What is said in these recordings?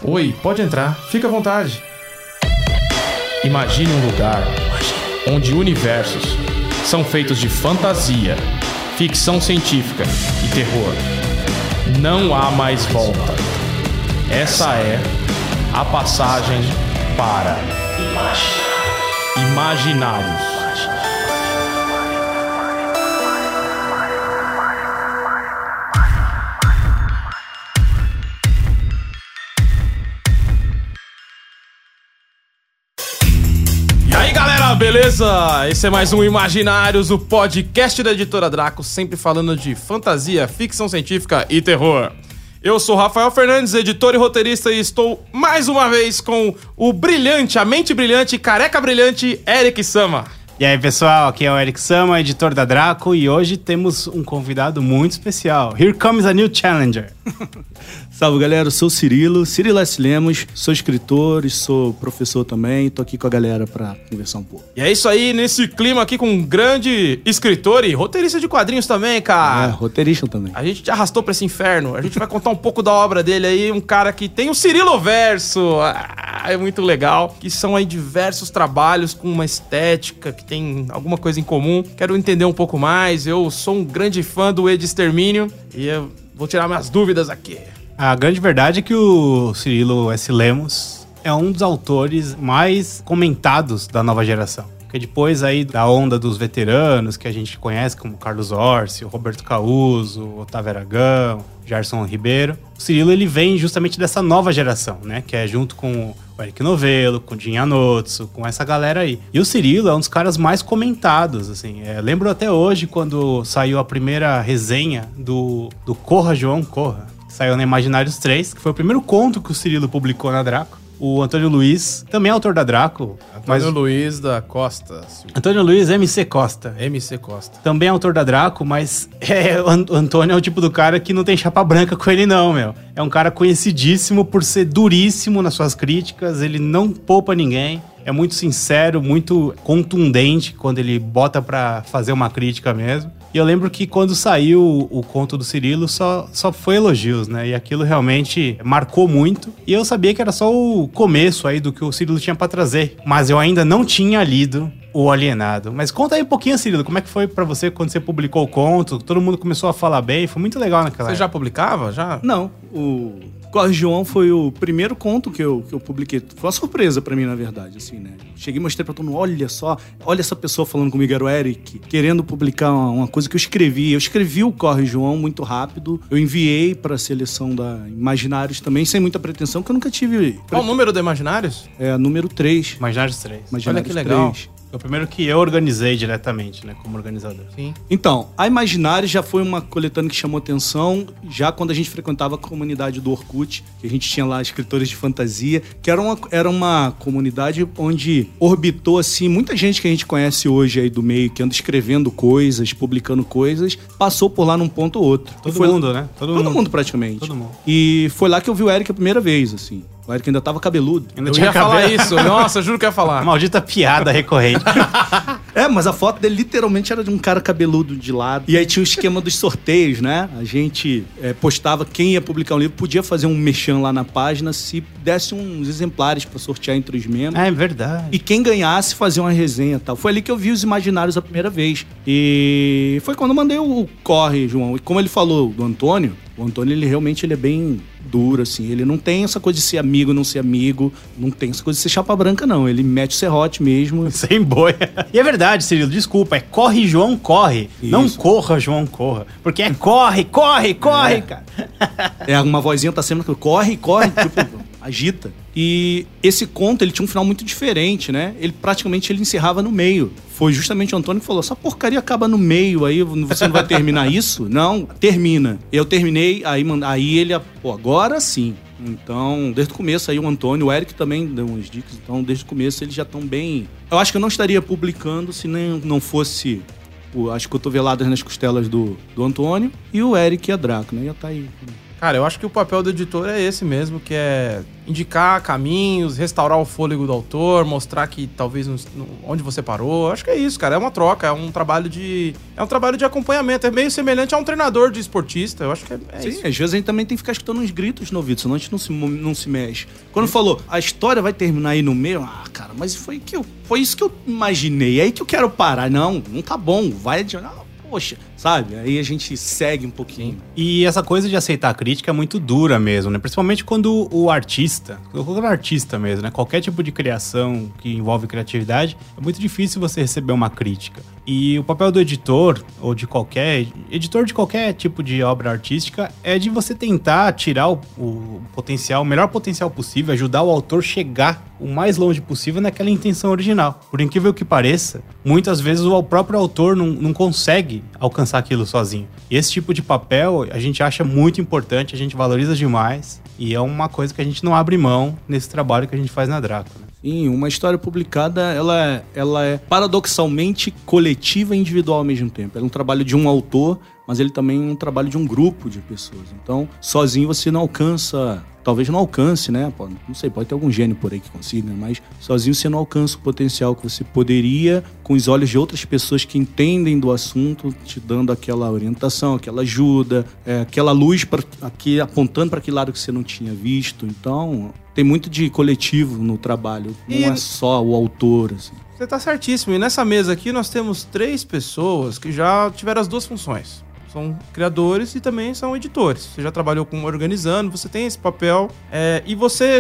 Oi, pode entrar. Fica à vontade. Imagine um lugar onde universos são feitos de fantasia, ficção científica e terror. Não há mais volta. Essa é a passagem para Imaginários. E aí, galera, beleza? Esse é mais um Imaginários, o podcast da Editora Draco, sempre falando de fantasia, ficção científica e terror. Eu sou Rafael Fernandes, editor e roteirista, e estou mais uma vez com o brilhante, a mente brilhante, careca brilhante, Eric Sama. E aí, pessoal, aqui é o Eric Sama, editor da Draco, e hoje temos um convidado muito especial. Here comes a new challenger. Salve, galera, eu sou o Cirilo S. Lemos, sou escritor e sou professor também, tô aqui com a galera pra conversar um pouco. E é isso aí, nesse clima aqui com um grande escritor e roteirista de quadrinhos também, cara. Roteirista também. A gente te arrastou pra esse inferno, a gente vai contar um pouco da obra dele aí, um cara que tem o Ciriloverso, é muito legal, que são aí diversos trabalhos com uma estética que tem alguma coisa em comum. Quero entender um pouco mais, eu sou um grande fã do Ed Extermínio e eu vou tirar minhas dúvidas aqui. A grande verdade é que o Cirilo S. Lemos é um dos autores mais comentados da nova geração. Porque depois aí da onda dos veteranos que a gente conhece, como Carlos Orsi, o Roberto Causo, Otávio Aragão, Gerson Ribeiro, o Cirilo ele vem justamente dessa nova geração, né? Que é junto com o Eric Novello, com o Jin Anotsu, com essa galera aí. E o Cirilo é um dos caras mais comentados, assim. Lembro até hoje quando saiu a primeira resenha do Corra, João, Corra. Saiu na Imaginários 3, que foi o primeiro conto que o Cirilo publicou na Draco. O Antônio Luiz, também é autor da Draco. Antônio Luiz da Costa. Antônio Luiz MC Costa. MC Costa. Também é autor da Draco, mas o Antônio é o tipo do cara que não tem chapa branca com ele não, meu. É um cara conhecidíssimo por ser duríssimo nas suas críticas, ele não poupa ninguém. É muito sincero, muito contundente quando ele bota pra fazer uma crítica mesmo. E eu lembro que quando saiu o conto do Cirilo, só foi elogios, né? E aquilo realmente marcou muito. E eu sabia que era só o começo aí do que o Cirilo tinha pra trazer. Mas eu ainda não tinha lido O Alienado. Mas conta aí um pouquinho, Cirilo, como é que foi pra você quando você publicou o conto? Todo mundo começou a falar bem, foi muito legal naquela época. Você já publicava? Já? Não, o Corre João foi o primeiro conto que eu publiquei. Foi uma surpresa pra mim, na verdade, assim, né? Cheguei e mostrei pra todo mundo, olha só, olha essa pessoa falando comigo, era o Eric, querendo publicar uma coisa que eu escrevi. Eu escrevi o Corre João muito rápido, eu enviei pra seleção da Imaginários também, sem muita pretensão, porque eu nunca tive... Qual o número do Imaginários? É, número 3. Imaginários 3. Olha que legal. 3. Foi o primeiro que eu organizei diretamente, né, como organizador. Sim. Então, a Imaginários já foi uma coletânea que chamou atenção já quando a gente frequentava a comunidade do Orkut, que a gente tinha lá escritores de fantasia, que era uma comunidade onde orbitou, assim, muita gente que a gente conhece hoje aí do meio, que anda escrevendo coisas, publicando coisas, passou por lá num ponto ou outro. Todo mundo, né? Todo mundo praticamente. Todo mundo. E foi lá que eu vi o Eric a primeira vez, assim. O Eric ainda tava cabeludo. Ainda Eu tinha ia falar cabelo. isso, nossa, juro que eu ia falar. Maldita piada recorrente. Mas a foto dele literalmente era de um cara cabeludo de lado. E aí tinha o esquema dos sorteios, né? A gente postava quem ia publicar um livro, podia fazer um merchan lá na página se desse uns exemplares pra sortear entre os membros. É verdade. E quem ganhasse fazia uma resenha e tal. Foi ali que eu vi os Imaginários a primeira vez. E foi quando eu mandei o Corre, João. E como ele falou do Antônio, o Antônio, ele realmente é bem duro, assim. Ele não tem essa coisa de ser amigo, não ser amigo. Não tem essa coisa de ser chapa branca, não. Ele mete o serrote mesmo. Sem boia. E é verdade, Cirilo, desculpa. É corre, João, corre. Isso. Não corra, João, corra. Porque é corre, cara. Uma vozinha tá sempre... Corre, tipo... agita. E esse conto, ele tinha um final muito diferente, né? Ele praticamente encerrava no meio. Foi justamente o Antônio que falou, essa porcaria acaba no meio, aí você não vai terminar isso? Não, termina. Eu terminei, aí ele, agora sim. Então, desde o começo aí o Antônio, o Eric também deu umas dicas, então desde o começo eles já estão bem... Eu acho que eu não estaria publicando se não fosse as cotoveladas nas costelas do Antônio e o Eric e a Draco, né? Ia estar aí... Cara, eu acho que o papel do editor é esse mesmo, que é indicar caminhos, restaurar o fôlego do autor, mostrar que talvez onde você parou. Acho que é isso, cara. É uma troca, é um trabalho de acompanhamento. É meio semelhante a um treinador de esportista. Eu acho que é Sim, isso. às vezes a gente também tem que ficar escutando uns gritos no ouvido, senão a gente não se mexe. Quando falou, a história vai terminar aí no meio, cara, mas foi isso que eu imaginei. É aí que eu quero parar. Não tá bom, vai adiante. Poxa, sabe? Aí a gente segue um pouquinho. E essa coisa de aceitar a crítica é muito dura mesmo, né? Principalmente quando o artista mesmo, né? Qualquer tipo de criação que envolve criatividade, é muito difícil você receber uma crítica. E o papel do editor, ou de qualquer tipo de obra artística, é de você tentar tirar o melhor potencial possível, ajudar o autor a chegar o mais longe possível naquela intenção original. Por incrível que pareça, muitas vezes o próprio autor não consegue alcançar aquilo sozinho. E esse tipo de papel a gente acha muito importante, a gente valoriza demais, e é uma coisa que a gente não abre mão nesse trabalho que a gente faz na Draco, né? Sim, uma história publicada, ela é paradoxalmente coletiva e individual ao mesmo tempo. Ela é um trabalho de um autor, mas ele também é um trabalho de um grupo de pessoas. Então, sozinho você não alcança, talvez não alcance, né? Não sei, pode ter algum gênio por aí que consiga, mas sozinho você não alcança o potencial que você poderia com os olhos de outras pessoas que entendem do assunto, te dando aquela orientação, aquela ajuda, aquela luz apontando para aquele lado que você não tinha visto. Então, tem muito de coletivo no trabalho, não é só o autor, assim. Você tá certíssimo. E nessa mesa aqui nós temos 3 pessoas que já tiveram as 2 funções. São criadores e também são editores. Você já trabalhou organizando, você tem esse papel. E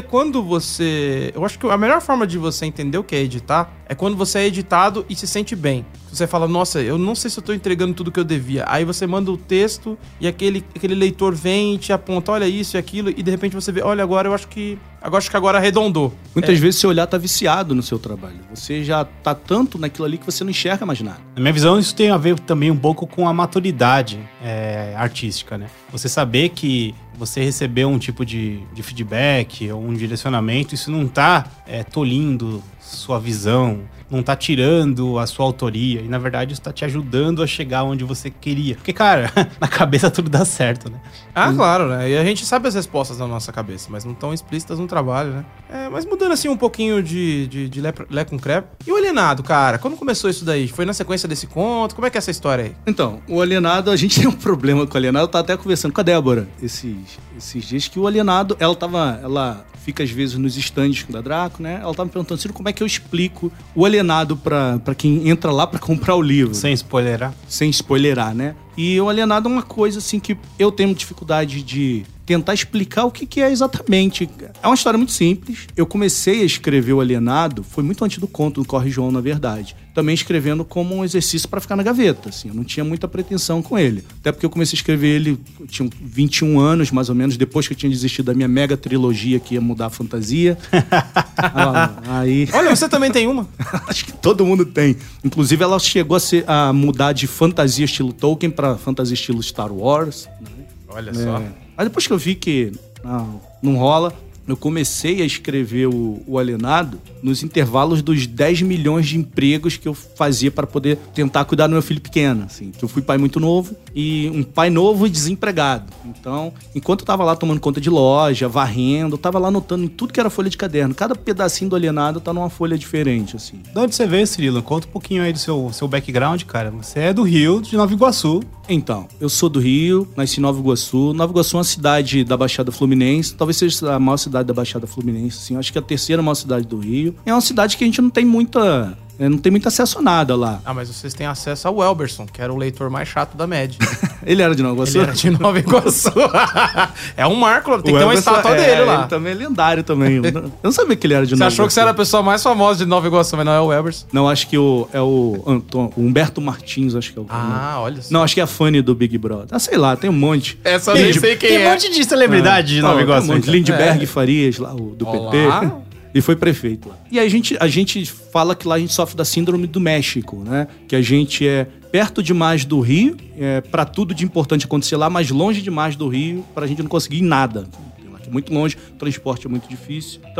eu acho que a melhor forma de você entender o que é editar é quando você é editado e se sente bem. Você fala, nossa, eu não sei se eu tô entregando tudo que eu devia. Aí você manda o texto e aquele leitor vem e te aponta, olha isso e aquilo, e de repente você vê, olha, agora eu acho que agora arredondou. Muitas vezes seu olhar tá viciado no seu trabalho. Você já tá tanto naquilo ali que você não enxerga mais nada. Na minha visão, isso tem a ver também um pouco com a maturidade artística, né? Você saber que você receber um tipo de feedback ou um direcionamento, isso não tá tolhindo sua visão, não tá tirando a sua autoria. E, na verdade, isso tá te ajudando a chegar onde você queria. Porque, cara, na cabeça tudo dá certo, né? Claro, né? E a gente sabe as respostas na nossa cabeça, mas não estão explícitas no trabalho, né? Mas mudando, assim, um pouquinho de Lé com crepe. E o Alienado, cara? Quando começou isso daí? Foi na sequência desse conto? Como é que é essa história aí? Então, o Alienado, a gente tem um problema com o Alienado. Eu tava até conversando com a Débora esses dias, que o Alienado, ela fica às vezes nos estandes da Draco, né? Ela tava me perguntando, Ciro, como é que eu explico o Alienado pra quem entra lá pra comprar o livro? Sem spoilerar. Sem spoilerar, né? E o Alienado é uma coisa, assim, que eu tenho dificuldade de tentar explicar o que é exatamente. É uma história muito simples. Eu comecei a escrever o Alienado, foi muito antes do conto do Corre João, na verdade. Também escrevendo como um exercício para ficar na gaveta, assim. Eu não tinha muita pretensão com ele. Até porque eu comecei a escrever ele, eu tinha 21 anos, mais ou menos, depois que eu tinha desistido da minha mega trilogia que ia mudar a fantasia. Aí... Olha, você também tem uma? Acho que todo mundo tem. Inclusive, ela chegou a mudar de fantasia estilo Tolkien para fantasia estilo Star Wars. Né? Olha só. Mas depois que eu vi que não rola, eu comecei a escrever o Alienado nos intervalos dos 10 milhões de empregos que eu fazia para poder tentar cuidar do meu filho pequeno, assim. Que eu fui pai muito novo e um pai novo e desempregado. Então, enquanto eu tava lá tomando conta de loja, varrendo, eu tava lá anotando em tudo que era folha de caderno. Cada pedacinho do Alienado tá numa folha diferente, assim. De onde você veio, Cirilo? Conta um pouquinho aí do seu background, cara. Você é do Rio, de Nova Iguaçu. Então, eu sou do Rio, nasci em Nova Iguaçu. Nova Iguaçu é uma cidade da Baixada Fluminense, talvez seja a maior cidade da Baixada Fluminense, assim. Eu acho que é a terceira maior cidade do Rio. É uma cidade que a gente não tem muito acesso a nada lá. Mas vocês têm acesso ao Welberson, que era o leitor mais chato da MED. Ele era de Nova Iguaçu? Ele era de Nova Iguaçu. É um marco, tem que ter uma estátua dele lá. Ele também é lendário também. Eu não sabia que ele era de Nova Iguaçu. Você achou que você era a pessoa mais famosa de Nova Iguaçu, mas não é o Welberson? Não, acho que é o Humberto Martins, acho que é o... Olha só. Não, acho que é a Fanny do Big Brother. Sei lá, tem um monte. Essa eu nem sei quem é. Tem um monte de celebridade de Nova Iguaçu. Tem um monte. Lindbergh Farias, lá, do PT. E foi prefeito lá. E aí a gente fala que lá a gente sofre da síndrome do México, né? Que a gente é perto demais do Rio, pra tudo de importante acontecer lá, mas longe demais do Rio pra gente não conseguir nada. Muito longe, o transporte é muito difícil. Então,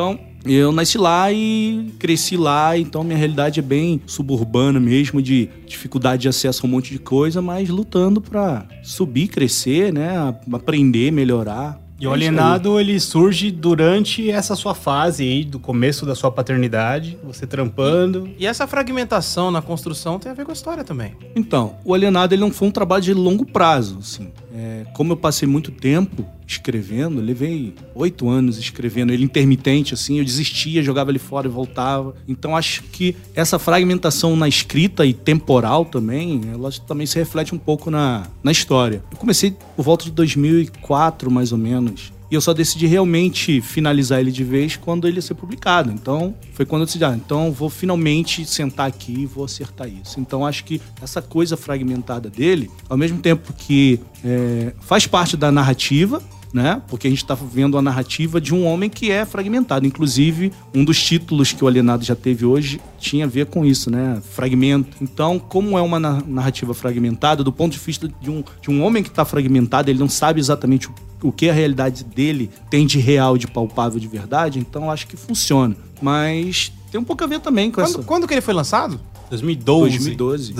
Eu nasci lá e cresci lá, então minha realidade é bem suburbana mesmo, de dificuldade de acesso a um monte de coisa, mas lutando pra subir, crescer, né? Aprender, melhorar. E o Alienado, ele surge durante essa sua fase aí, do começo da sua paternidade, você trampando. E essa fragmentação na construção tem a ver com a história também. Então, o Alienado ele não foi um trabalho de longo prazo, assim. Como eu passei muito tempo escrevendo, levei 8 anos escrevendo ele intermitente, assim, eu desistia, jogava ele fora e voltava. Então acho que essa fragmentação na escrita e temporal também, ela também se reflete um pouco na história. Eu comecei por volta de 2004, mais ou menos. E eu só decidi realmente finalizar ele de vez quando ele ia ser publicado. Então, foi quando eu decidi, então vou finalmente sentar aqui e vou acertar isso. Então, acho que essa coisa fragmentada dele, ao mesmo tempo que faz parte da narrativa, né? Porque a gente está vendo a narrativa de um homem que é fragmentado. Inclusive, um dos títulos que o Alienado já teve hoje tinha a ver com isso, né? Fragmento. Então, como é uma narrativa fragmentada, do ponto de vista de um homem que está fragmentado, ele não sabe exatamente o que a realidade dele tem de real, de palpável, de verdade, então acho que funciona. Mas tem um pouco a ver também com essa... Quando que ele foi lançado? 2012.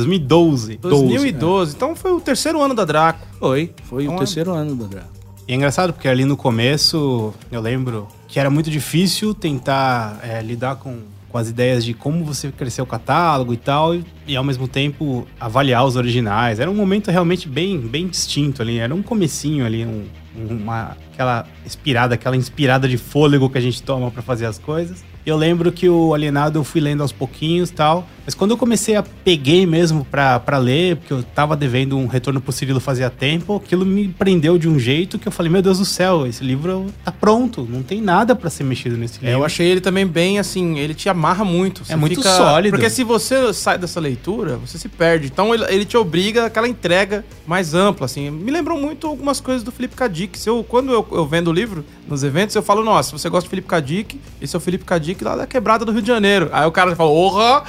2012. Então foi o terceiro ano da Draco. Foi então, o terceiro ano da Draco. E é engraçado porque ali no começo, eu lembro que era muito difícil tentar lidar com as ideias de como você cresceu o catálogo e tal, e ao mesmo tempo avaliar os originais. Era um momento realmente bem distinto ali, era um comecinho ali, aquela inspirada de fôlego que a gente toma pra fazer as coisas. Eu lembro que o Alienado eu fui lendo aos pouquinhos e tal, mas quando eu comecei peguei mesmo pra ler, porque eu tava devendo um retorno pro Cirilo fazia tempo, aquilo me prendeu de um jeito que eu falei, meu Deus do céu, esse livro tá pronto, não tem nada pra ser mexido nesse livro. Eu achei ele também bem, assim, ele te amarra muito. Você muito sólido. Porque se você sai dessa leitura, você se perde. Então ele te obriga àquela entrega mais ampla, assim. Me lembrou muito algumas coisas do Philip K. Dick. Quando eu vendo o livro nos eventos, eu falo, nossa, se você gosta de Philip K. Dick, esse é o Philip K. Dick lá da Quebrada do Rio de Janeiro. Aí o cara fala, orra!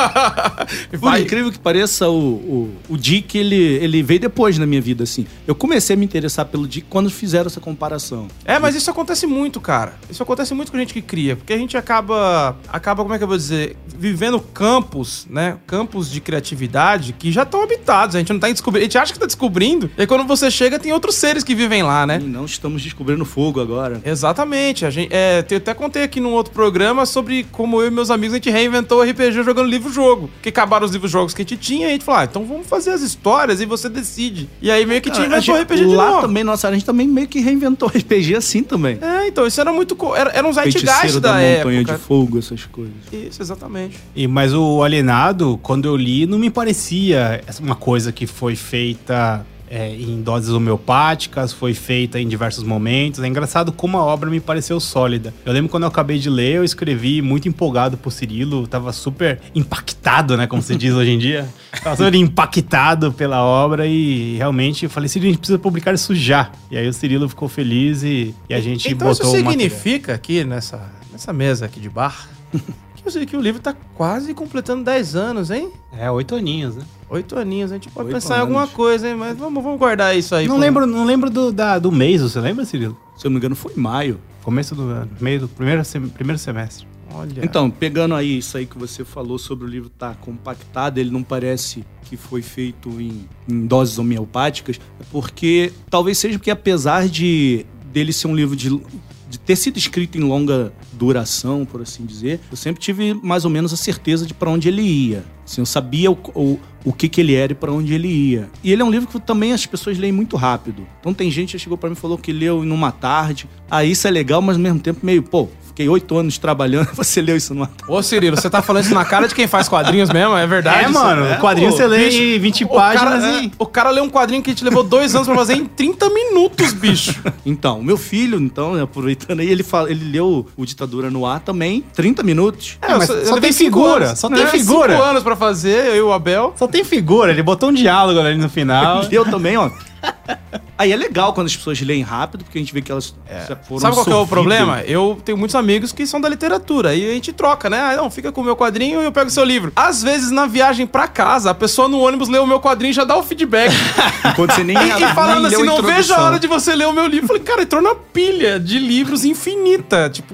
Por incrível que pareça, o Dick, ele veio depois na minha vida, assim. Eu comecei a me interessar pelo Dick quando fizeram essa comparação. Mas isso acontece muito, cara. Isso acontece muito com gente que cria, porque a gente acaba, como é que eu vou dizer, vivendo campos, né? Campos de criatividade que já estão habitados. A gente não tá descobrindo, a gente acha que tá descobrindo, e aí quando você chega, tem outros seres que vivem lá, né? E não estamos descobrindo fogo agora. Exatamente. Eu até contei aqui num outro programa sobre como eu e meus amigos, a gente reinventou o RPG jogando livro-jogo. Porque acabaram os livros-jogos que a gente tinha, e a gente falou, então vamos fazer as histórias e você decide. E aí meio que te inventou o RPG de lá novo. Também, nossa, a gente também meio que reinventou o RPG assim também. Então isso era muito... Era um zeitgeist da época. Montanha de fogo, essas coisas. Isso, exatamente. Mas o Alienado, quando eu li, não me parecia uma coisa que foi feita em doses homeopáticas, foi feita em diversos momentos. É engraçado como a obra me pareceu sólida. Eu lembro quando eu acabei de ler, eu escrevi muito empolgado pro Cirilo, tava super impactado, né, como se diz hoje em dia. Tava super impactado pela obra e realmente eu falei, Cirilo, a gente precisa publicar isso já. E aí o Cirilo ficou feliz e a gente então botou o material. Então isso significa aqui nessa mesa aqui de bar... Eu sei que o livro tá quase completando 10 anos, hein? 8 aninhos, né? 8 aninhos, a gente pode pensar em alguma coisa, hein? Mas vamos guardar isso aí. Não lembro do mês, você lembra, Cirilo? Se eu não me engano, foi maio. Começo do ano, meio do primeiro semestre. Olha. Então, pegando aí isso aí que você falou sobre o livro estar compactado, ele não parece que foi feito em doses homeopáticas, porque talvez seja porque apesar dele ser um livro de ter sido escrito em longa duração, por assim dizer, eu sempre tive mais ou menos a certeza de para onde ele ia. Assim, eu sabia o que ele era e para onde ele ia. E ele é um livro que também as pessoas leem muito rápido. Então tem gente que chegou para mim e falou que leu numa tarde. Isso é legal, mas ao mesmo tempo meio, fiquei 8 anos trabalhando, você leu isso numa tarde. Ô, Cirilo, você tá falando isso na cara de quem faz quadrinhos mesmo? É verdade? Mano, o quadrinho você lê em 20 páginas O cara leu um quadrinho que a gente levou 2 anos pra fazer em 30 minutos, bicho. Então, o meu filho, aproveitando aí, ele leu o Ditadura no Ar também, 30 minutos. Mas só tem figura. Só tem figura. 5 anos pra fazer, eu e o Abel. Só tem figura, ele botou um diálogo ali no final. Eu também, ó. Aí é legal quando as pessoas leem rápido, porque a gente vê que elas já foram. Sabe qual que é o problema? Eu tenho muitos amigos que são da literatura, e a gente troca, né? Não, fica com o meu quadrinho e eu pego o seu livro. Às vezes, na viagem pra casa, a pessoa no ônibus lê o meu quadrinho e já dá o feedback. Quando você nem e falando nem assim, não vejo a hora de você ler o meu livro. Eu falei, cara, entrou na pilha de livros infinita. Tipo,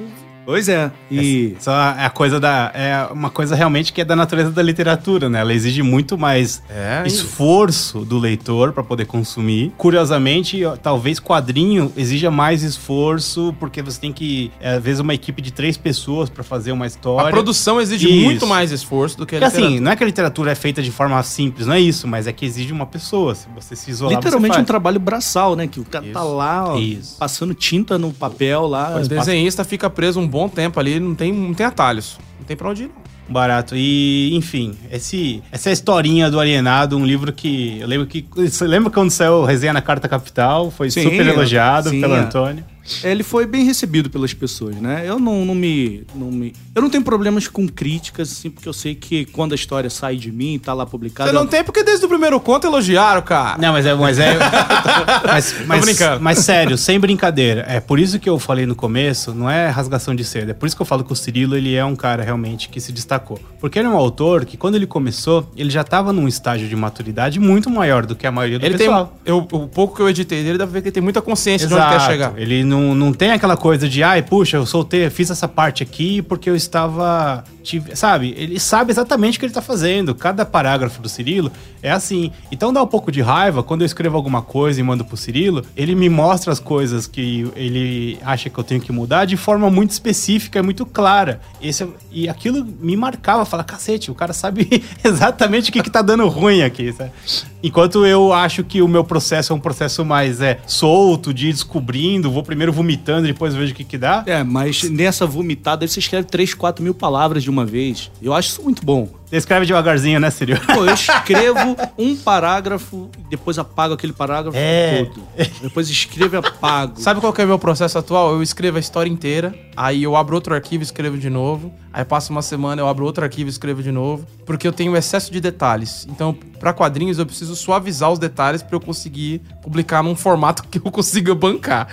Pois é. E Só é a coisa é uma coisa realmente que é da natureza da literatura, né? Ela exige muito mais esforço do leitor para poder consumir. Curiosamente, talvez quadrinho exija mais esforço, porque você tem que, às vezes, uma equipe de 3 pessoas para fazer uma história. A produção exige muito mais esforço do que a literatura. Assim, não é que a literatura é feita de forma simples, não é isso, mas é que exige uma pessoa. Se você se isolar, literalmente você um trabalho braçal, né? Que o cara tá lá, ó, passando tinta no papel lá. O desenhista fica preso um bom tempo ali, não tem atalhos. Não tem pra onde ir, não. Barato. E, enfim, essa historinha do Alienado, um livro que eu lembro que... Você lembra quando saiu Resenha na Carta Capital? Foi super elogiado pelo Antônio. Ele foi bem recebido pelas pessoas, né? Eu eu não tenho problemas com críticas, assim, porque eu sei que quando a história sai de mim, tá lá publicada... Você não tem, porque desde o primeiro conto elogiaram, cara. Não, mas mas sério, sem brincadeira. É por isso que eu falei no começo, não é rasgação de seda. É por isso que eu falo que o Cirilo, ele é um cara realmente que se destacou. Porque ele é um autor que, quando ele começou, ele já tava num estágio de maturidade muito maior do que a maioria do pessoal. O pouco que eu editei dele, dá pra ver que ele tem muita consciência de onde quer chegar. Ele não tem aquela coisa de, puxa, eu fiz essa parte aqui porque eu estava... Sabe? Ele sabe exatamente o que ele tá fazendo. Cada parágrafo do Cirilo é assim. Então dá um pouco de raiva quando eu escrevo alguma coisa e mando pro Cirilo, ele me mostra as coisas que ele acha que eu tenho que mudar de forma muito específica e muito clara. E aquilo me marcava, falar, cacete, o cara sabe exatamente o que tá dando ruim aqui, sabe? Enquanto eu acho que o meu processo é um processo mais solto, de ir descobrindo, vou primeiro vomitando, depois vejo o que dá. Mas nessa vomitada você escreve 3, 4 mil palavras de uma vez. Eu acho isso muito bom. Você escreve devagarzinho, né, Cirilo? Pô, eu escrevo um parágrafo e depois apago aquele parágrafo todo. Depois escrevo e apago. Sabe qual que é o meu processo atual? Eu escrevo a história inteira, aí eu abro outro arquivo e escrevo de novo, aí passa uma semana, eu abro outro arquivo e escrevo de novo, porque eu tenho excesso de detalhes. Então, pra quadrinhos, eu preciso suavizar os detalhes pra eu conseguir publicar num formato que eu consiga bancar.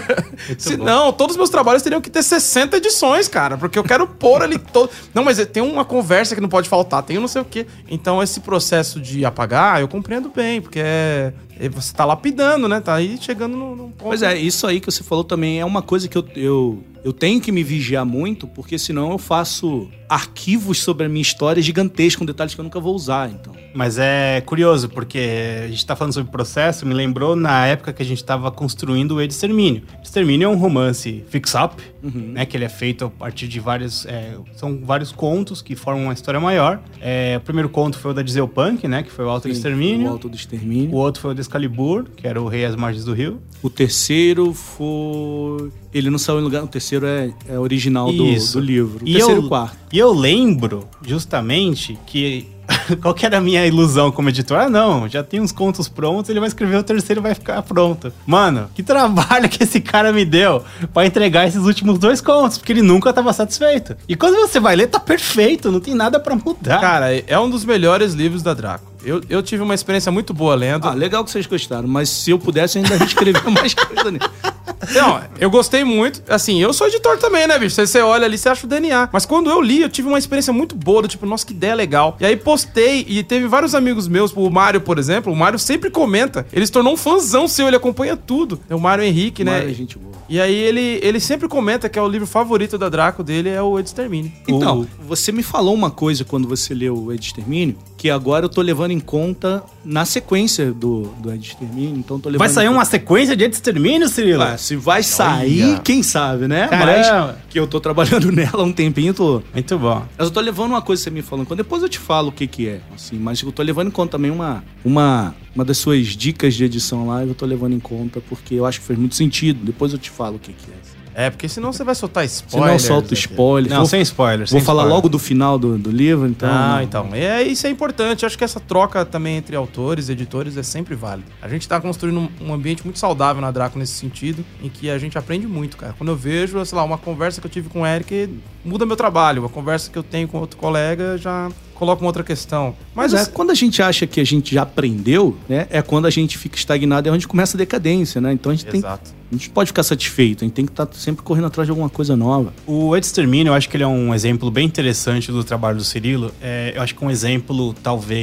Senão, todos os meus trabalhos teriam que ter 60 edições, cara, porque eu quero pôr ali todo... Não, mas tem uma conversa que não pode faltar, tem não sei o quê. Então, esse processo de apagar, eu compreendo bem, porque você tá lapidando, né? Tá aí chegando num ponto... Pois é, isso aí que você falou também é uma coisa que eu tenho que me vigiar muito, porque senão eu faço arquivos sobre a minha história gigantescos, com detalhes que eu nunca vou usar, então. Mas é curioso, porque a gente tá falando sobre processo, me lembrou na época que a gente tava construindo o Extermínio. Extermínio é um romance fix-up, né? Que ele é feito a partir de vários... são vários contos que formam uma história maior. O primeiro conto foi o da Diesel Punk, né? Que foi o Alto do Extermínio. O Alto do Extermínio. O outro foi o do Excalibur, que era o Rei às Margens do Rio. O terceiro foi... Ele não saiu em lugar... O terceiro é original do livro. O terceiro e o quarto. E eu lembro, justamente, que... Qual que era a minha ilusão como editor? Não, já tem uns contos prontos, ele vai escrever o terceiro e vai ficar pronto. Mano, que trabalho que esse cara me deu pra entregar esses últimos 2 contos, porque ele nunca tava satisfeito. E quando você vai ler, tá perfeito, não tem nada pra mudar. Cara, é um dos melhores livros da Draco. Eu tive uma experiência muito boa lendo. Legal que vocês gostaram, mas se eu pudesse, eu ainda escrever mais coisa nele. Não, eu gostei muito. Assim, eu sou editor também, né, bicho? Você olha ali, você acha o DNA. Mas quando eu li, eu tive uma experiência muito boa, do tipo, nossa, que ideia legal. E aí postei, e teve vários amigos meus, o Mário, por exemplo. O Mário sempre comenta. Ele se tornou um fãzão seu, ele acompanha tudo. É o Mário Henrique, né? Mário é gente boa. E aí ele sempre comenta que é o livro favorito da Draco dele, é o Extermínio. Então, você me falou uma coisa quando você leu o Extermínio, que agora eu tô levando em conta na sequência do Extermínio. Então tô levando. Vai sair uma sequência de Extermínio, Cirilo? Se vai sair, quem sabe, né? Caramba. Mas que eu tô trabalhando nela há um tempinho, tô. Muito bom. Mas eu tô levando uma coisa que você me falou, depois eu te falo o que é, assim, mas eu tô levando em conta também uma das suas dicas de edição lá, eu tô levando em conta porque eu acho que faz muito sentido. Depois eu te falo o que é. Porque senão você vai soltar Senão spoiler. eu solto spoiler. Não, sem spoiler. Vou falar logo do final do livro, então. Então. Isso é importante. Eu acho que essa troca também entre autores e editores é sempre válida. A gente tá construindo um ambiente muito saudável na Draco nesse sentido, em que a gente aprende muito, cara. Quando eu vejo, sei lá, uma conversa que eu tive com o Eric, muda meu trabalho. Uma conversa que eu tenho com outro colega, já coloca uma outra questão. Mas quando a gente acha que a gente já aprendeu, né? É quando a gente fica estagnado, é onde começa a decadência, né? Então a gente a gente pode ficar satisfeito, a gente tem que estar sempre correndo atrás de alguma coisa nova. O Extermínio, eu acho que ele é um exemplo bem interessante do trabalho do Cirilo. Eu acho que é um exemplo, talvez,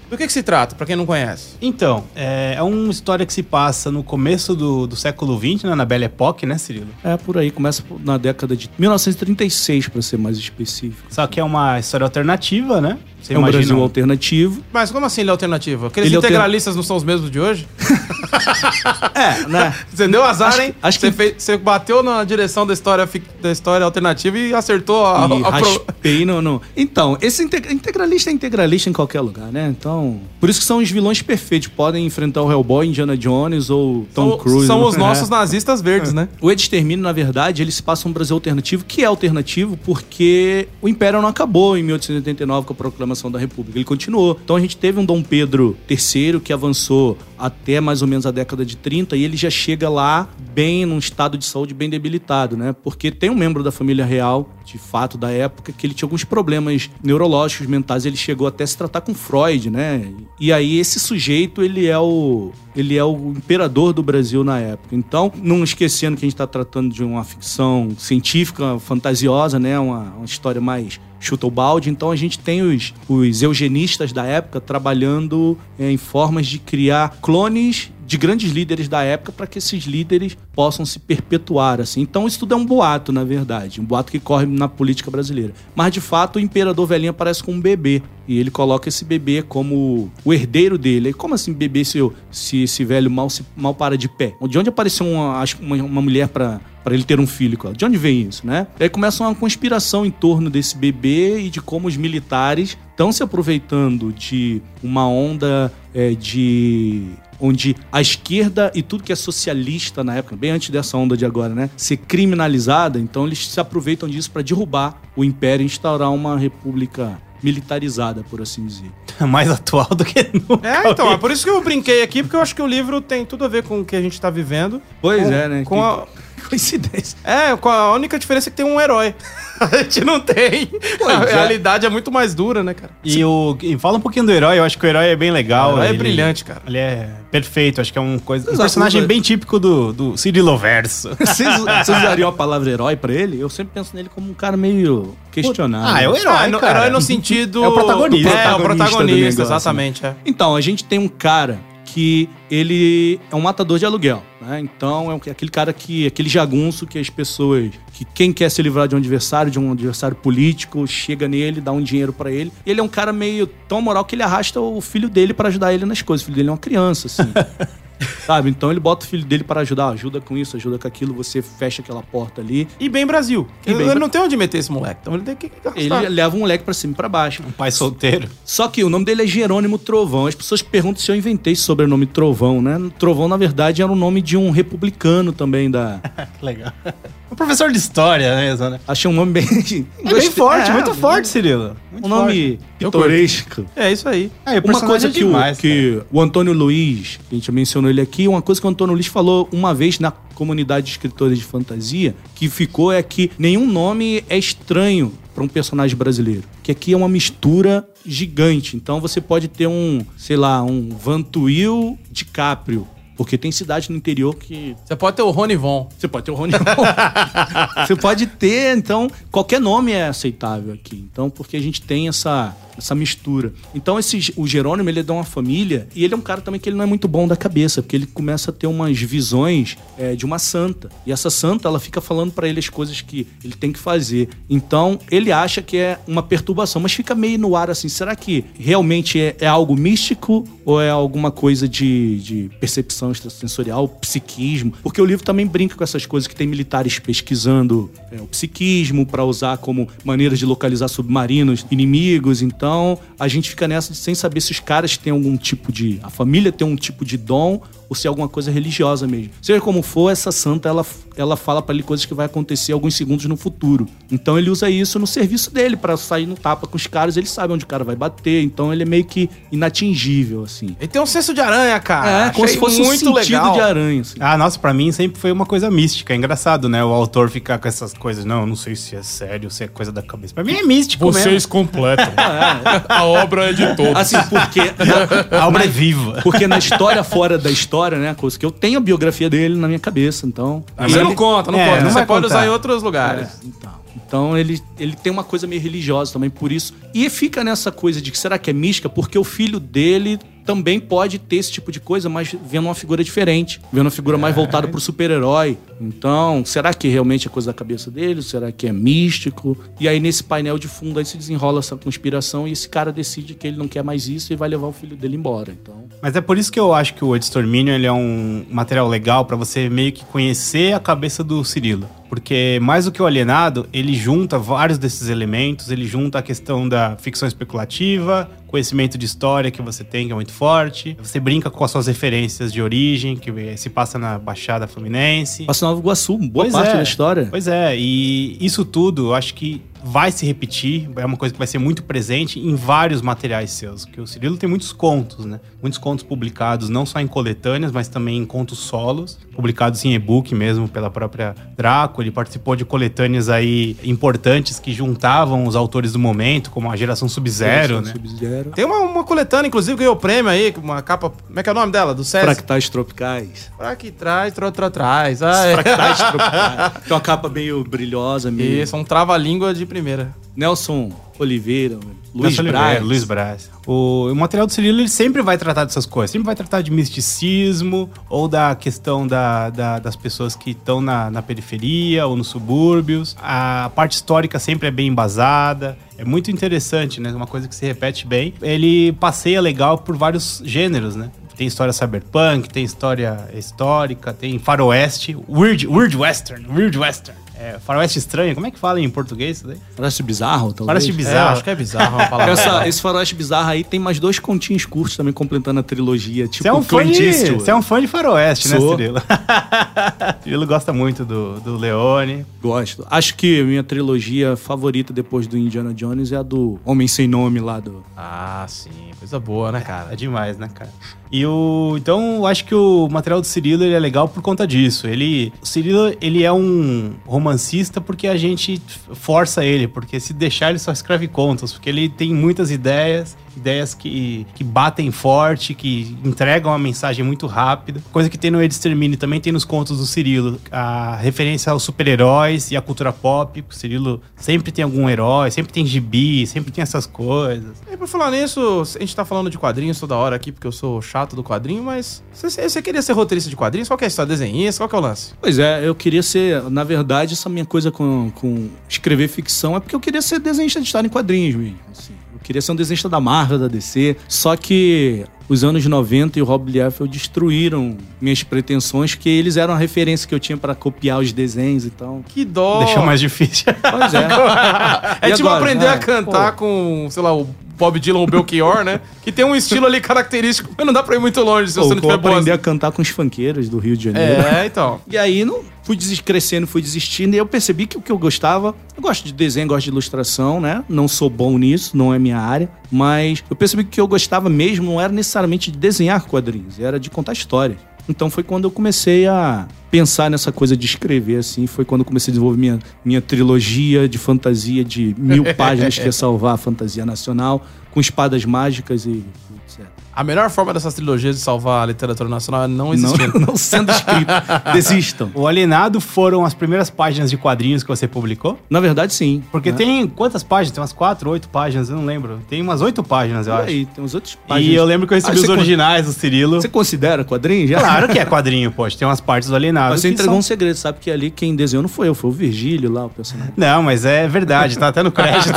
Do que se trata, pra quem não conhece? Então, é uma história que se passa no começo do século XX, né, na Belle Époque, né, Cirilo? Por aí. Começa na década de 1936, pra ser mais específico. Só que é uma história alternativa, né? Você um imagina Brasil alternativo. Mas como assim ele é alternativo? Aqueles Ele é integralistas não são os mesmos de hoje? Né? Você deu azar, hein? acho que- Você bateu na direção da história alternativa e acertou a Raspei no... Então, esse integralista é integralista em qualquer lugar, né? Então, por isso que são os vilões perfeitos. Podem enfrentar o Hellboy, Indiana Jones ou Tom Cruise. São os nossos nazistas verdes, né? O Extermínio, na verdade, ele se passa um Brasil alternativo, que é alternativo porque o Império não acabou em 1889 com a proclamação da República. Ele continuou. Então a gente teve um Dom Pedro III que avançou até mais ou menos a década de 30 e ele já chega lá bem num estado de saúde bem debilitado, né? Porque tem um membro da família real, de fato, da época, que ele tinha alguns problemas neurológicos, mentais. Ele chegou até a se tratar com Freud, né? E aí esse sujeito, ele é o imperador do Brasil na época. Então, não esquecendo que a gente está tratando de uma ficção científica, fantasiosa, né? Uma história mais chuta o balde. Então, a gente tem os eugenistas da época trabalhando em formas de criar clones de grandes líderes da época para que esses líderes possam se perpetuar, assim. Então isso tudo é um boato, na verdade. Um boato que corre na política brasileira. Mas, de fato, o imperador velhinho aparece com um bebê. E ele coloca esse bebê como o herdeiro dele. E como assim bebê se esse velho mal para de pé? De onde apareceu uma mulher para ele ter um filho? De onde vem isso, né? E aí começa uma conspiração em torno desse bebê e de como os militares estão se aproveitando de uma onda onde a esquerda e tudo que é socialista na época, bem antes dessa onda de agora, né, ser criminalizada, então eles se aproveitam disso para derrubar o império e instaurar uma república militarizada, por assim dizer. Mais atual do que nunca. Então, é por isso que eu brinquei aqui, porque eu acho que o livro tem tudo a ver com o que a gente tá vivendo. Pois é, né? Com a coincidência. com a única diferença é que tem um herói. A gente não tem. A realidade é muito mais dura, né, cara? E fala um pouquinho do herói, eu acho que o herói é bem legal. O herói é brilhante, cara. Ele é perfeito, acho que é um personagem bem típico do Ciriloverso. Vocês usariam a palavra herói pra ele? Eu sempre penso nele como um cara meio questionável. É o herói, cara. Herói no sentido... É o protagonista. É o protagonista, negócio, exatamente. Né? Então, a gente tem um cara que ele é um matador de aluguel, né? Então é aquele cara aquele jagunço que as pessoas, que quem quer se livrar de um adversário político, chega nele, dá um dinheiro pra ele. Ele é um cara meio tão moral que ele arrasta o filho dele pra ajudar ele nas coisas. O filho dele é uma criança, assim. Sabe? Então ele bota o filho dele para ajudar. Ajuda com isso, ajuda com aquilo. Você fecha aquela porta ali. E bem Brasil. Ele não tem onde meter esse moleque. Então ele tem que arrastar. Ele leva o moleque pra cima e pra baixo. Um pai solteiro. Só que o nome dele é Jerônimo Trovão. As pessoas perguntam se eu inventei esse sobrenome Trovão, né? Trovão, na verdade, era o nome de um republicano também da... Que legal. Um professor de história mesmo, né? Achei um nome bem... bem forte, muito forte, Cirilo. Um nome pitoresco. É isso aí. Uma coisa que o Antônio Luiz, a gente mencionou ele aqui, uma coisa que o Antônio Luiz falou uma vez na comunidade de escritores de fantasia, que ficou é que nenhum nome é estranho para um personagem brasileiro. Que aqui é uma mistura gigante. Então você pode ter um Vantuil DiCaprio. Porque tem cidade no interior que... Você pode ter o Rony Von. Você pode ter o Rony Von. Você pode ter, então... Qualquer nome é aceitável aqui. Então, porque a gente tem essa mistura. Então, o Jerônimo, ele é de uma família... E ele é um cara também que ele não é muito bom da cabeça. Porque ele começa a ter umas visões de uma santa. E essa santa, ela fica falando pra ele as coisas que ele tem que fazer. Então, ele acha que é uma perturbação. Mas fica meio no ar, assim... Será que realmente é algo místico? Ou é alguma coisa de percepção extrasensorial, psiquismo, porque o livro também brinca com essas coisas que tem militares pesquisando o psiquismo para usar como maneiras de localizar submarinos inimigos. Então a gente fica nessa sem saber se os caras têm algum tipo de... a família tem um tipo de dom ou se é alguma coisa religiosa mesmo. Seja como for, essa santa, ela fala pra ele coisas que vai acontecer alguns segundos no futuro. Então ele usa isso no serviço dele, pra sair no tapa com os caras, ele sabe onde o cara vai bater, então ele é meio que inatingível, assim. Ele tem um senso de aranha, cara. Como se fosse muito um sentido de aranha, assim. Nossa, pra mim sempre foi uma coisa mística, é engraçado, né? O autor ficar com essas coisas, não sei se é sério, se é coisa da cabeça. Pra mim é místico Vocês mesmo. completam. A obra é de todos. Assim, porque... A obra é viva. Porque na história fora da história, né, coisa que eu tenho a biografia dele na minha cabeça, então... Você não conta. não Você vai pode contar. usar em outros lugares. Então ele tem uma coisa meio religiosa também por isso. E fica nessa coisa de que será que é mística? Porque o filho dele também pode ter esse tipo de coisa, mas vendo uma figura diferente. Vendo uma figura mais voltada pro super-herói. Então, será que realmente é coisa da cabeça dele? Será que é místico? E aí, nesse painel de fundo, aí se desenrola essa conspiração e esse cara decide que ele não quer mais isso e vai levar o filho dele embora. Então... Mas é por isso que eu acho que o Extermínio ele é um material legal pra você meio que conhecer a cabeça do Cirilo. Porque, mais do que o Alienado, ele junta vários desses elementos, ele junta a questão da ficção especulativa, conhecimento de história que você tem, que é muito forte. Você brinca com as suas referências de origem, que se passa na Baixada Fluminense. Passa na Nova Iguaçu, boa parte da história. Pois é, e isso tudo, eu acho que vai se repetir, é uma coisa que vai ser muito presente em vários materiais seus, porque o Cirilo tem muitos contos, né? Muitos contos publicados, não só em coletâneas, mas também em contos solos, publicados em e-book mesmo pela própria Draco. Ele participou de coletâneas aí importantes que juntavam os autores do momento, como a Geração Sub-Zero, né? Sub-Zero. Tem uma coletânea, inclusive, que ganhou o prêmio aí, uma capa... Como é que é o nome dela? Do SESI? Fractais Tropicais. Fractais, trás. Fractais Tropicais. Tem uma capa meio brilhosa. Meio... Isso, um trava-língua de primeira. Nelson Oliveira, Luiz Braz. O material do Cirilo, ele sempre vai tratar dessas coisas. Sempre vai tratar de misticismo ou da questão das pessoas que estão na periferia ou nos subúrbios. A parte histórica sempre é bem embasada. É muito interessante, né? Uma coisa que se repete bem. Ele passeia legal por vários gêneros, né? Tem história cyberpunk, tem história histórica, tem faroeste, weird western. Faroeste estranho, como é que fala em português isso daí? Faroeste bizarro, talvez. Faroeste bizarro. Acho que é bizarro a palavra. Esse faroeste bizarro aí tem mais 2 continhos curtos também completando a trilogia. Tipo, você é um fã de faroeste, Sou. né, Cirilo? Cirilo gosta muito do Leone. Gosto. Acho que minha trilogia favorita depois do Indiana Jones é a do Homem Sem Nome lá do... Ah, sim. Coisa boa, né, cara? É demais, né, cara? Então, eu acho que o material do Cirilo ele é legal por conta disso. O Cirilo, ele é um romancista porque a gente força ele, porque se deixar ele só escreve contos, porque ele tem muitas ideias que batem forte, que entregam uma mensagem muito rápida. Coisa que tem no Extermínio também tem nos contos do Cirilo, a referência aos super-heróis e à cultura pop. O Cirilo sempre tem algum herói, sempre tem gibi, sempre tem essas coisas. E por falar nisso, a gente tá falando de quadrinhos toda hora aqui, porque eu sou chato do quadrinho, mas você queria ser roteirista de quadrinhos? Qual que é a história? Desenhista? Qual que é o lance? Pois é, eu queria ser... Na verdade, essa minha coisa com escrever ficção é porque eu queria ser desenhista de história em quadrinhos mesmo, assim. Eu queria ser um desenhista da Marvel, da DC. Só que os anos 90 e o Rob Liefeld destruíram minhas pretensões, que eles eram a referência que eu tinha pra copiar os desenhos e tal. Que dó! Deixou mais difícil. Pois é. É tipo agora? aprender a cantar com, sei lá, o Bob Dylan ou o Belchior, né? Que tem um estilo ali característico, mas não dá pra ir muito longe se você não tiver aprender a cantar com os funkeiros do Rio de Janeiro. Então. E aí, fui crescendo, fui desistindo, e eu percebi que o que eu gostava... Eu gosto de desenho, gosto de ilustração, né? Não sou bom nisso, não é minha área. Mas eu percebi que o que eu gostava mesmo não era necessariamente de desenhar quadrinhos, era de contar histórias. Então foi quando eu comecei a pensar nessa coisa de escrever, assim. Foi quando eu comecei a desenvolver minha trilogia de fantasia de 1000 páginas, que ia salvar a fantasia nacional, com espadas mágicas e etc. A melhor forma dessas trilogias de salvar a literatura nacional é não existindo. Não sendo escrito. Desistam. O Alienado foram as primeiras páginas de quadrinhos que você publicou? Na verdade, sim. Porque tem quantas páginas? Tem umas 4, 8 páginas, eu não lembro. Tem umas 8 páginas, eu acho. Aí, tem uns outros páginas. E eu lembro que eu recebi os originais do Cirilo. Você considera quadrinho já? Claro que é quadrinho, poxa. Tem umas partes do Alienado. Mas você entregou um segredo, sabe? Que ali quem desenhou não foi eu, foi o Virgílio lá, o personagem. Não, mas é verdade, tá até no crédito.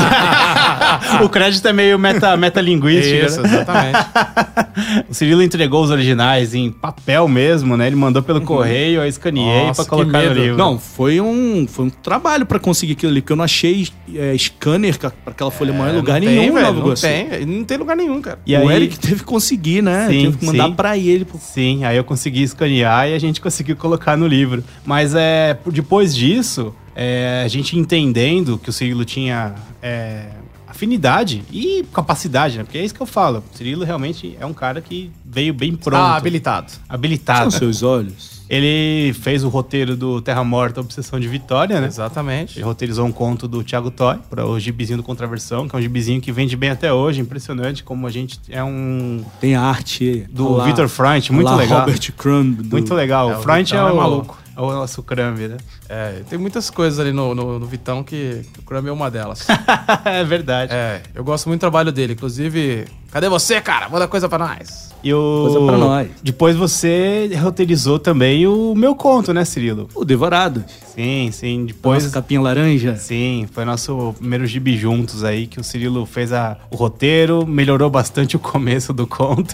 O crédito é meio metalinguístico. Isso, exatamente. O Cirilo entregou os originais em papel mesmo, né? Ele mandou pelo correio, eu escaneei. Nossa, pra colocar no livro. Não, foi um trabalho pra conseguir aquilo ali, porque eu não achei scanner pra aquela folha maior em lugar nenhum, velho, Nova Iguaçu. Não tem lugar nenhum, cara. E o aí... Eric teve que conseguir, né? Sim, teve que mandar pra ele. Sim, aí eu consegui escanear e a gente conseguiu colocar no livro. Mas depois disso, a gente entendendo que o Cirilo tinha afinidade e capacidade, né? Porque é isso que eu falo. O Cirilo realmente é um cara que veio bem pronto. Habilitado. Habilitado. São seus olhos. Ele fez o roteiro do Terra Morta, Obsessão de Vitória, né? Exatamente. Ele roteirizou um conto do Thiago Toy para o Gibizinho do Contraversão, que é um gibizinho que vende bem até hoje. Impressionante como a gente é um... Tem a arte do Victor Freund, muito legal. Robert Crumb. Muito legal. O Freund é o maluco. É o nosso Crumb, né? Tem muitas coisas ali no Vitão que o Crumb é uma delas. É verdade. Eu gosto muito do trabalho dele. Inclusive, cadê você, cara? Manda coisa pra nós. Coisa pra nós. Depois você roteirizou também o meu conto, né, Cirilo? O Devorado. Sim. Depois... Nossa capinha laranja. Sim, foi nosso primeiro gibi juntos aí, que o Cirilo fez o roteiro, melhorou bastante o começo do conto.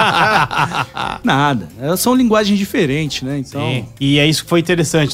Nada. Elas são linguagens diferentes, né? Então... Sim. E é isso que foi interessante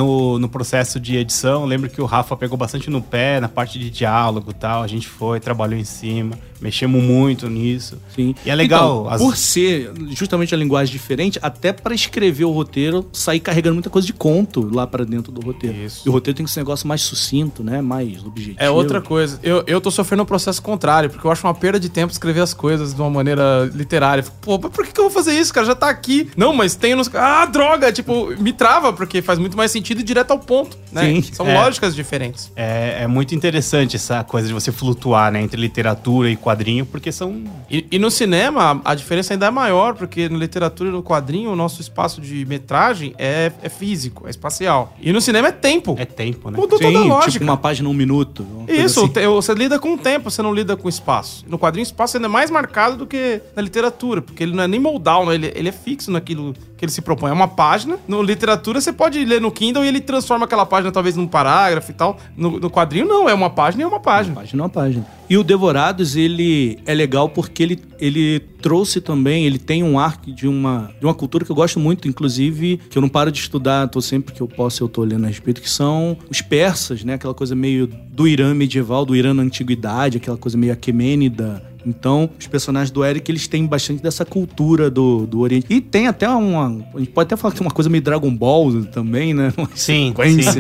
no processo de edição. Eu lembro que o Rafa pegou bastante no pé, na parte de diálogo e tal. A gente trabalhou em cima, mexemos muito nisso. Sim. E é legal. Então, por ser justamente a linguagem diferente, até pra escrever o roteiro, sair carregando muita coisa de conto lá pra dentro do roteiro. Isso. E o roteiro tem que ser um negócio mais sucinto, né? Mais objetivo. É outra coisa. Eu tô sofrendo um processo contrário, porque eu acho uma perda de tempo escrever as coisas de uma maneira literária. Pô, mas por que eu vou fazer isso, cara? Já tá aqui. Não, mas tem nos... Ah, droga! Tipo, me trava, porque faz muito mais sentido ir direto ao ponto, né? Sim. São lógicas diferentes. É muito interessante essa coisa de você flutuar, né? Entre literatura e quadrinho, porque são... E no cinema, a diferença ainda é maior, porque na literatura e no quadrinho, o nosso espaço de metragem é físico, é espacial. E no cinema é tempo. É tempo, né? Mudou toda a lógica. Tipo uma página, 1 minuto. Isso, assim. você lida com o tempo, você não lida com o espaço. No quadrinho, o espaço ainda é mais marcado do que na literatura, porque ele não é nem modal, né? Ele é fixo naquilo que ele se propõe. É uma página. No literatura, você pode ler no Kindle e ele transforma aquela página talvez num parágrafo e tal. No quadrinho, não. É uma página e é uma página. Uma página. E o Devorados, ele é legal porque ele trouxe também, ele tem um arco de uma cultura que eu gosto muito, inclusive, que eu não paro de estudar, sempre que eu posso, eu tô lendo a respeito, que são os persas, né? Aquela coisa meio do Irã medieval, do Irã na antiguidade, aquela coisa meio aquemênida. Então, os personagens do Eric, eles têm bastante dessa cultura do Oriente. E tem até a gente pode até falar que é uma coisa meio Dragon Ball também, né? Sim.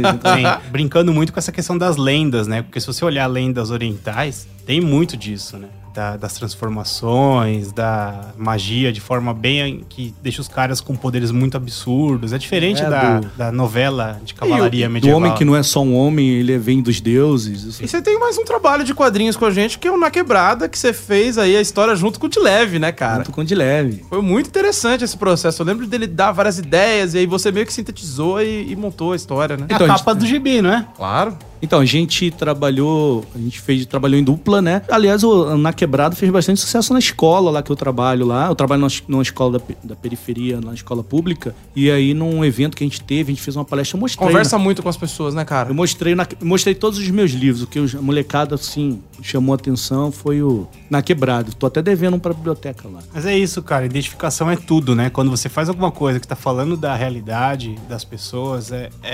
Brincando muito com essa questão das lendas, né? Porque se você olhar lendas orientais, tem muito disso, né? Das transformações, da magia de forma bem... que deixa os caras com poderes muito absurdos. É diferente da novela de cavalaria medieval. Do homem que não é só um homem, ele vem dos deuses. Assim. E você tem mais um trabalho de quadrinhos com a gente, que é o Na Quebrada, que você fez aí a história junto com o de Leve, né, cara? Junto com o de Leve. Foi muito interessante esse processo. Eu lembro dele dar várias ideias e aí você meio que sintetizou e montou a história, né? É a capa do gibi, não é? Claro. Então, a gente trabalhou em dupla, né? Aliás, o Na Quebrada fez bastante sucesso na escola lá que eu trabalho lá. Eu trabalho numa escola da periferia, na escola pública. E aí, num evento que a gente teve, a gente fez uma palestra, eu mostrei... Conversa muito com as pessoas, né, cara? Eu mostrei todos os meus livros. O que a molecada, assim, chamou a atenção foi o Na Quebrada. Tô até devendo um pra biblioteca lá. Mas é isso, cara. Identificação é tudo, né? Quando você faz alguma coisa que tá falando da realidade das pessoas,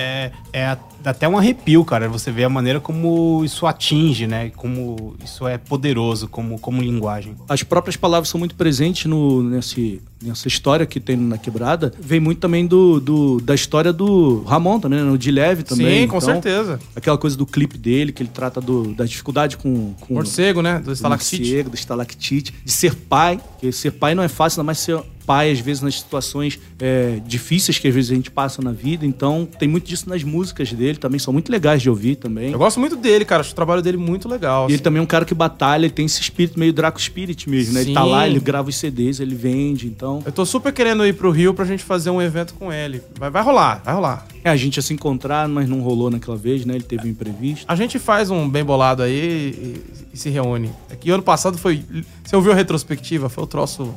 dá até um arrepio, cara. Você vê a maneira como isso atinge, né? Como isso é poderoso como linguagem. As próprias palavras são muito presentes nessa história que tem Na Quebrada. Vem muito também da história do Ramon também, né? O de Leve também. Sim, com certeza. Aquela coisa do clipe dele, que ele trata da dificuldade com morcego, né? Do estalactite. Do estalactite. De ser pai. Porque ser pai não é fácil, ainda mais ser pai, às vezes, nas situações difíceis que às vezes a gente passa na vida. Então, tem muito disso nas músicas dele também. São muito legais de ouvir também. Eu gosto muito dele, cara. Acho o trabalho dele muito legal. E ele também é um cara que batalha. Ele tem esse espírito meio Draco Spirit mesmo, né? Sim. Ele tá lá, ele grava os CDs, ele vende, então... Eu tô super querendo ir pro Rio pra gente fazer um evento com ele. Vai rolar. A gente ia se encontrar, mas não rolou naquela vez, né? Ele teve um imprevisto. A gente faz um bem bolado aí e se reúne. Aqui ano passado foi... Você ouviu a retrospectiva? Foi o troço...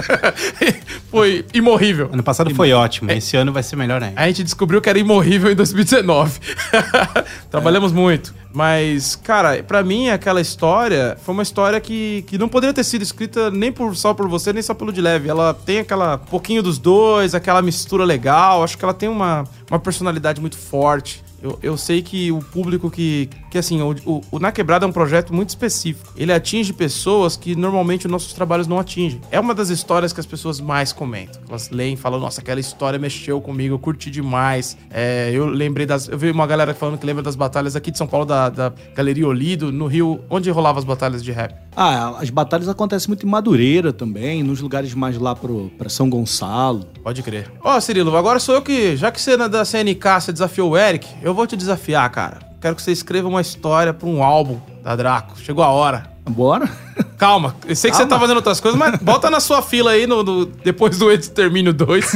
Foi imorrível. Ano passado foi ótimo. Esse ano vai ser melhor ainda. A gente descobriu que era imorrível em 2019. Trabalhamos muito. Mas, cara, pra mim aquela história foi uma história que não poderia ter sido escrita nem só por você, nem só pelo de Leve. Ela tem aquela pouquinho dos dois, aquela mistura legal. Acho que ela tem uma personalidade muito forte. Eu sei que o público que assim, o Na Quebrada é um projeto muito específico. Ele atinge pessoas que normalmente os nossos trabalhos não atingem. É uma das histórias que as pessoas mais comentam. Elas leem e falam, nossa, aquela história mexeu comigo, eu curti demais. Eu lembrei eu vi uma galera falando que lembra das batalhas aqui de São Paulo, da Galeria Olido, no Rio, onde rolavam as batalhas de rap. As batalhas acontecem muito em Madureira também, nos lugares mais lá pra São Gonçalo. Pode crer. Cirilo, agora sou eu que, já que você é da CNK, você desafiou o Eric, eu vou te desafiar, cara. Quero que você escreva uma história pra um álbum da Draco. Chegou a hora. Bora? Calma, eu sei que você tá fazendo outras coisas, mas bota na sua fila aí depois do Extermínio 2.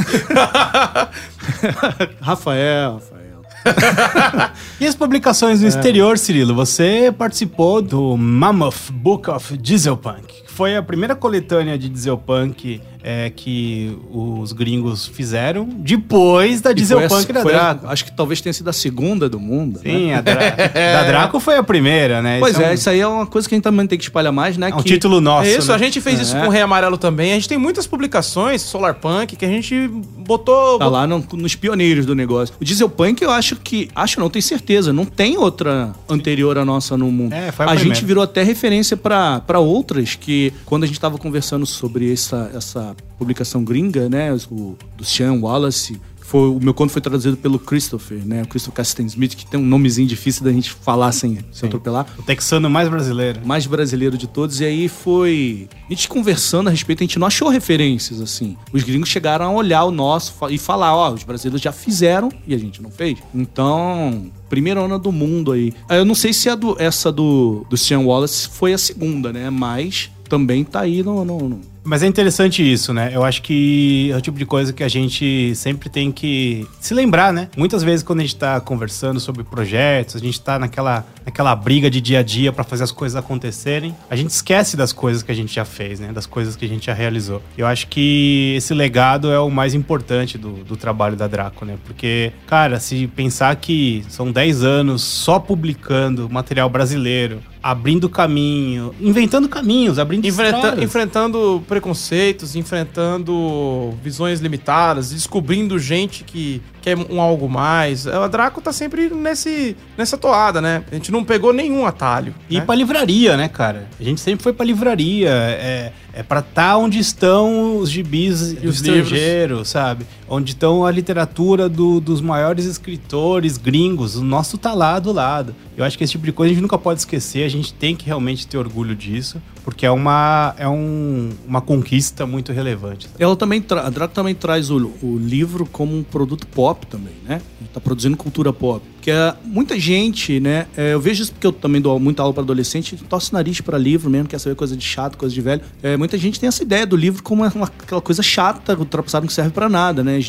Rafael. E as publicações no exterior, Cirilo? Você participou do Mammoth Book of Dieselpunk, que foi a primeira coletânea de Dieselpunk que os gringos fizeram depois da Dieselpunk da Draco. Acho que talvez tenha sido a segunda do mundo. Sim, né? Da Draco foi a primeira, né? Pois isso aí é uma coisa que a gente também tem que espalhar mais, né? É um título nosso. Isso, né? A gente fez isso com o Rei Amarelo também. A gente tem muitas publicações, Solarpunk, que a gente botou... Tá lá nos pioneiros do negócio. O Dieselpunk eu não tenho certeza, não tem outra anterior à nossa no mundo. Foi a gente virou até referência pra outras, que quando a gente tava conversando sobre essa publicação gringa, né, do Sean Wallace, o meu conto foi traduzido pelo Christopher, né, o Christopher Castan Smith, que tem um nomezinho difícil da gente falar sem atropelar. O texano mais brasileiro. Mais brasileiro de todos, e aí a gente conversando a respeito, a gente não achou referências, assim. Os gringos chegaram a olhar o nosso e falar, os brasileiros já fizeram e a gente não fez. Então, primeira onda do mundo aí. Eu não sei se essa do Sean Wallace foi a segunda, né, mas também tá aí no... Mas é interessante isso, né? Eu acho que é o tipo de coisa que a gente sempre tem que se lembrar, né? Muitas vezes quando a gente tá conversando sobre projetos, a gente tá naquela briga de dia a dia pra fazer as coisas acontecerem, a gente esquece das coisas que a gente já fez, né? Das coisas que a gente já realizou. Eu acho que esse legado é o mais importante do trabalho da Draco, né? Porque, cara, se pensar que são 10 anos só publicando material brasileiro, abrindo caminho, inventando caminhos, abrindo enfrentando preconceitos, enfrentando visões limitadas, descobrindo gente que quer um algo mais. A Draco tá sempre nessa toada, né? A gente não pegou nenhum atalho. E pra livraria, né, cara? A gente sempre foi pra livraria. É pra estar onde estão os gibis e os estrangeiros, sabe? Onde estão a literatura dos maiores escritores gringos. O nosso tá lá do lado. Eu acho que esse tipo de coisa a gente nunca pode esquecer. A gente tem que realmente ter orgulho disso, porque é uma conquista muito relevante. A Draco também traz o livro como um produto pop também, né? Tá produzindo cultura pop. Porque muita gente, né? Eu vejo isso porque eu também dou muita aula para adolescente, torce o nariz para livro mesmo, quer saber coisa de chato, coisa de velho. Muita gente tem essa ideia do livro como aquela coisa chata, ultrapassada, não serve para nada, né?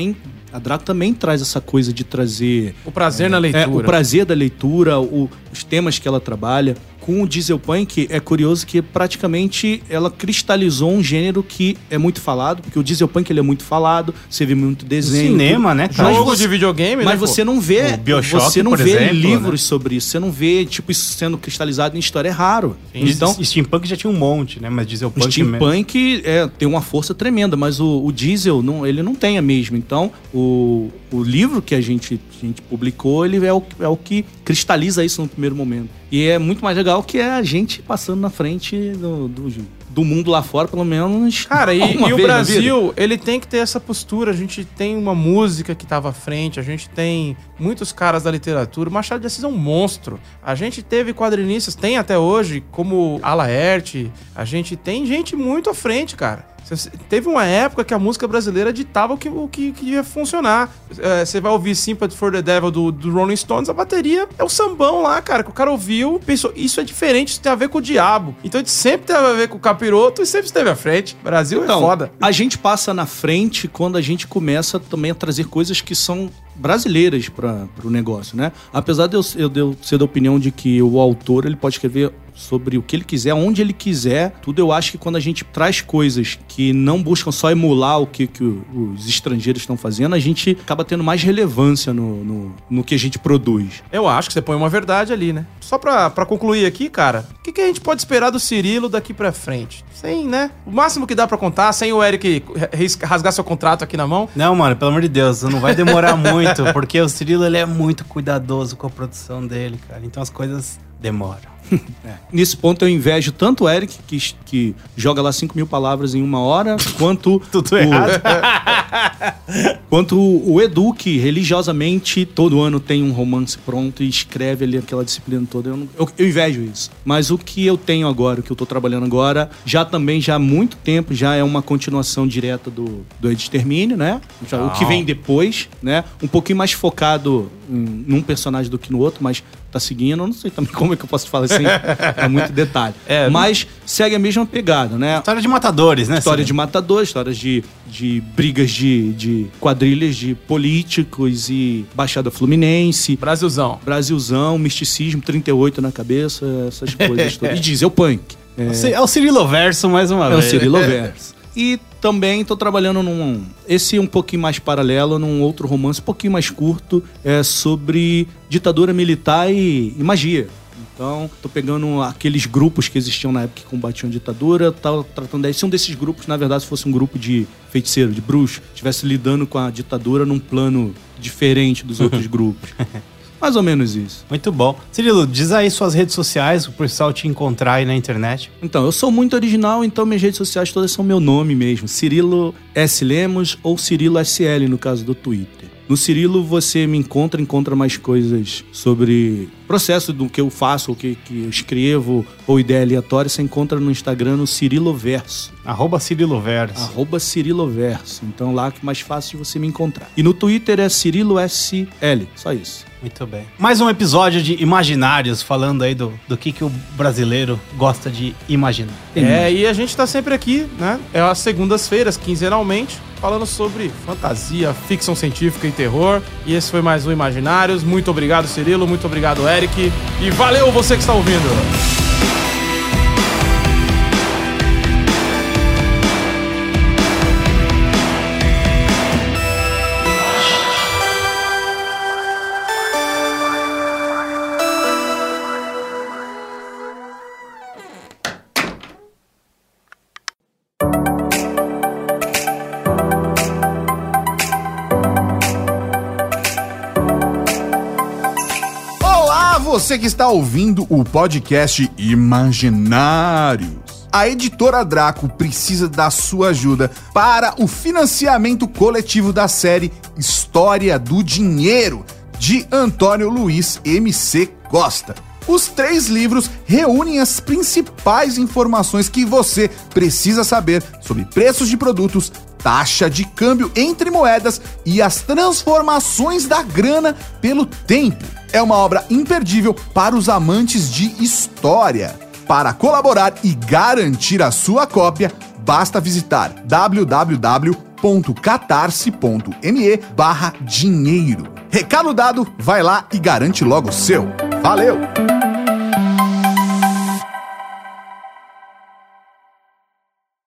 A Draco também traz essa coisa de trazer... O prazer na leitura. O prazer da leitura, os temas que ela trabalha. Com o Dieselpunk, é curioso que praticamente ela cristalizou um gênero que é muito falado, porque o Dieselpunk ele é muito falado, você vê muito desenho. Cinema, né? Jogo de videogame, mas né? Você não vê, o BioShock, você não por vê exemplo, livros, né? sobre isso, você não vê tipo isso sendo cristalizado em história, é raro. Então, Steampunk já tinha um monte, né? Mas Dieselpunk... O Steampunk tem uma força tremenda, mas o Diesel, ele não tem a mesma. Então, o livro que a gente publicou, ele é o que cristaliza isso no primeiro momento. E é muito mais legal que é a gente passando na frente do mundo lá fora, pelo menos. Cara, e o Brasil, ele tem que ter essa postura. A gente tem uma música que tava à frente, a gente tem muitos caras da literatura. O Machado de Assis é um monstro. A gente teve quadrinistas, tem até hoje, como Alaerte. A gente tem gente muito à frente, cara. Teve uma época que a música brasileira ditava o que ia funcionar. Você vai ouvir Sympathy for the Devil do Rolling Stones, a bateria é o sambão lá, cara, que o cara ouviu, pensou, isso é diferente, isso tem a ver com o diabo. Então a gente sempre teve a ver com o capiroto e sempre esteve à frente. Brasil é foda. A gente passa na frente quando a gente começa também a trazer coisas que são brasileiras para o negócio, né? Apesar de eu ser da opinião de que o autor ele pode escrever sobre o que ele quiser, onde ele quiser, tudo. Eu acho que quando a gente traz coisas que não buscam só emular o que os estrangeiros estão fazendo, a gente acaba tendo mais relevância no que a gente produz. Eu acho que você põe uma verdade ali, né? Só pra concluir aqui, cara, o que que a gente pode esperar do Cirilo daqui pra frente? Sem, né? O máximo que dá pra contar, sem o Eric rasgar seu contrato aqui na mão. Não, mano, pelo amor de Deus, não vai demorar muito, porque o Cirilo, ele é muito cuidadoso com a produção dele, cara. Então as coisas demoram. Nesse ponto eu invejo tanto o Eric, que joga lá 5.000 palavras em 1 hora, quanto Tudo errado. quanto o Edu, que religiosamente todo ano tem um romance pronto e escreve ali aquela disciplina toda. Eu invejo isso. Mas o que eu tenho agora, o que eu tô trabalhando agora, já há muito tempo, já é uma continuação direta do Extermínio, né? O que vem depois, né? Um pouquinho mais focado num personagem do que no outro, mas tá seguindo. Eu não sei também como é que eu posso te falar assim. É muito detalhe. Mas segue a mesma pegada, né? História de matadores, né? História de matadores, histórias de brigas de quadrilhas de políticos e Baixada Fluminense. Brasilzão, misticismo, 38 na cabeça, essas coisas todas. E diesel punk. É o Ciriloverso mais uma vez. É o Ciriloverso. E também tô trabalhando esse um pouquinho mais paralelo, num outro romance um pouquinho mais curto, sobre ditadura militar e magia. Então, tô pegando aqueles grupos que existiam na época que combatiam a ditadura, tava tratando se um desses grupos, na verdade, fosse um grupo de feiticeiro, de bruxo, estivesse lidando com a ditadura num plano diferente dos outros grupos. Mais ou menos isso. Muito bom. Cirilo, diz aí suas redes sociais, pro pessoal te encontrar aí na internet. Então, eu sou muito original, então minhas redes sociais todas são meu nome mesmo. Cirilo S. Lemos ou Cirilo SL, no caso do Twitter. No Cirilo você me encontra mais coisas sobre processo do que eu faço, ou que eu escrevo, ou ideia aleatória. Você encontra no Instagram no Ciriloverso. @Ciriloverso. @Ciriloverso. Então lá que é mais fácil de você me encontrar. E no Twitter é Cirilo SL, só isso. Muito bem. Mais um episódio de Imaginários, falando aí do que o brasileiro gosta de imaginar. E a gente tá sempre aqui, né? É às segundas-feiras, quinzenalmente, falando sobre fantasia, ficção científica e terror. E esse foi mais um Imaginários. Muito obrigado, Cirilo. Muito obrigado, Eric. E valeu você que está ouvindo. Você que está ouvindo o podcast Imaginários. A editora Draco precisa da sua ajuda para o financiamento coletivo da série História do Dinheiro, de Antônio Luiz MC Costa. Os 3 livros reúnem as principais informações que você precisa saber sobre preços de produtos, taxa de câmbio entre moedas e as transformações da grana pelo tempo. É uma obra imperdível para os amantes de história. Para colaborar e garantir a sua cópia, basta visitar www.catarse.me/dinheiro. Recado dado, vai lá e garante logo o seu. Valeu!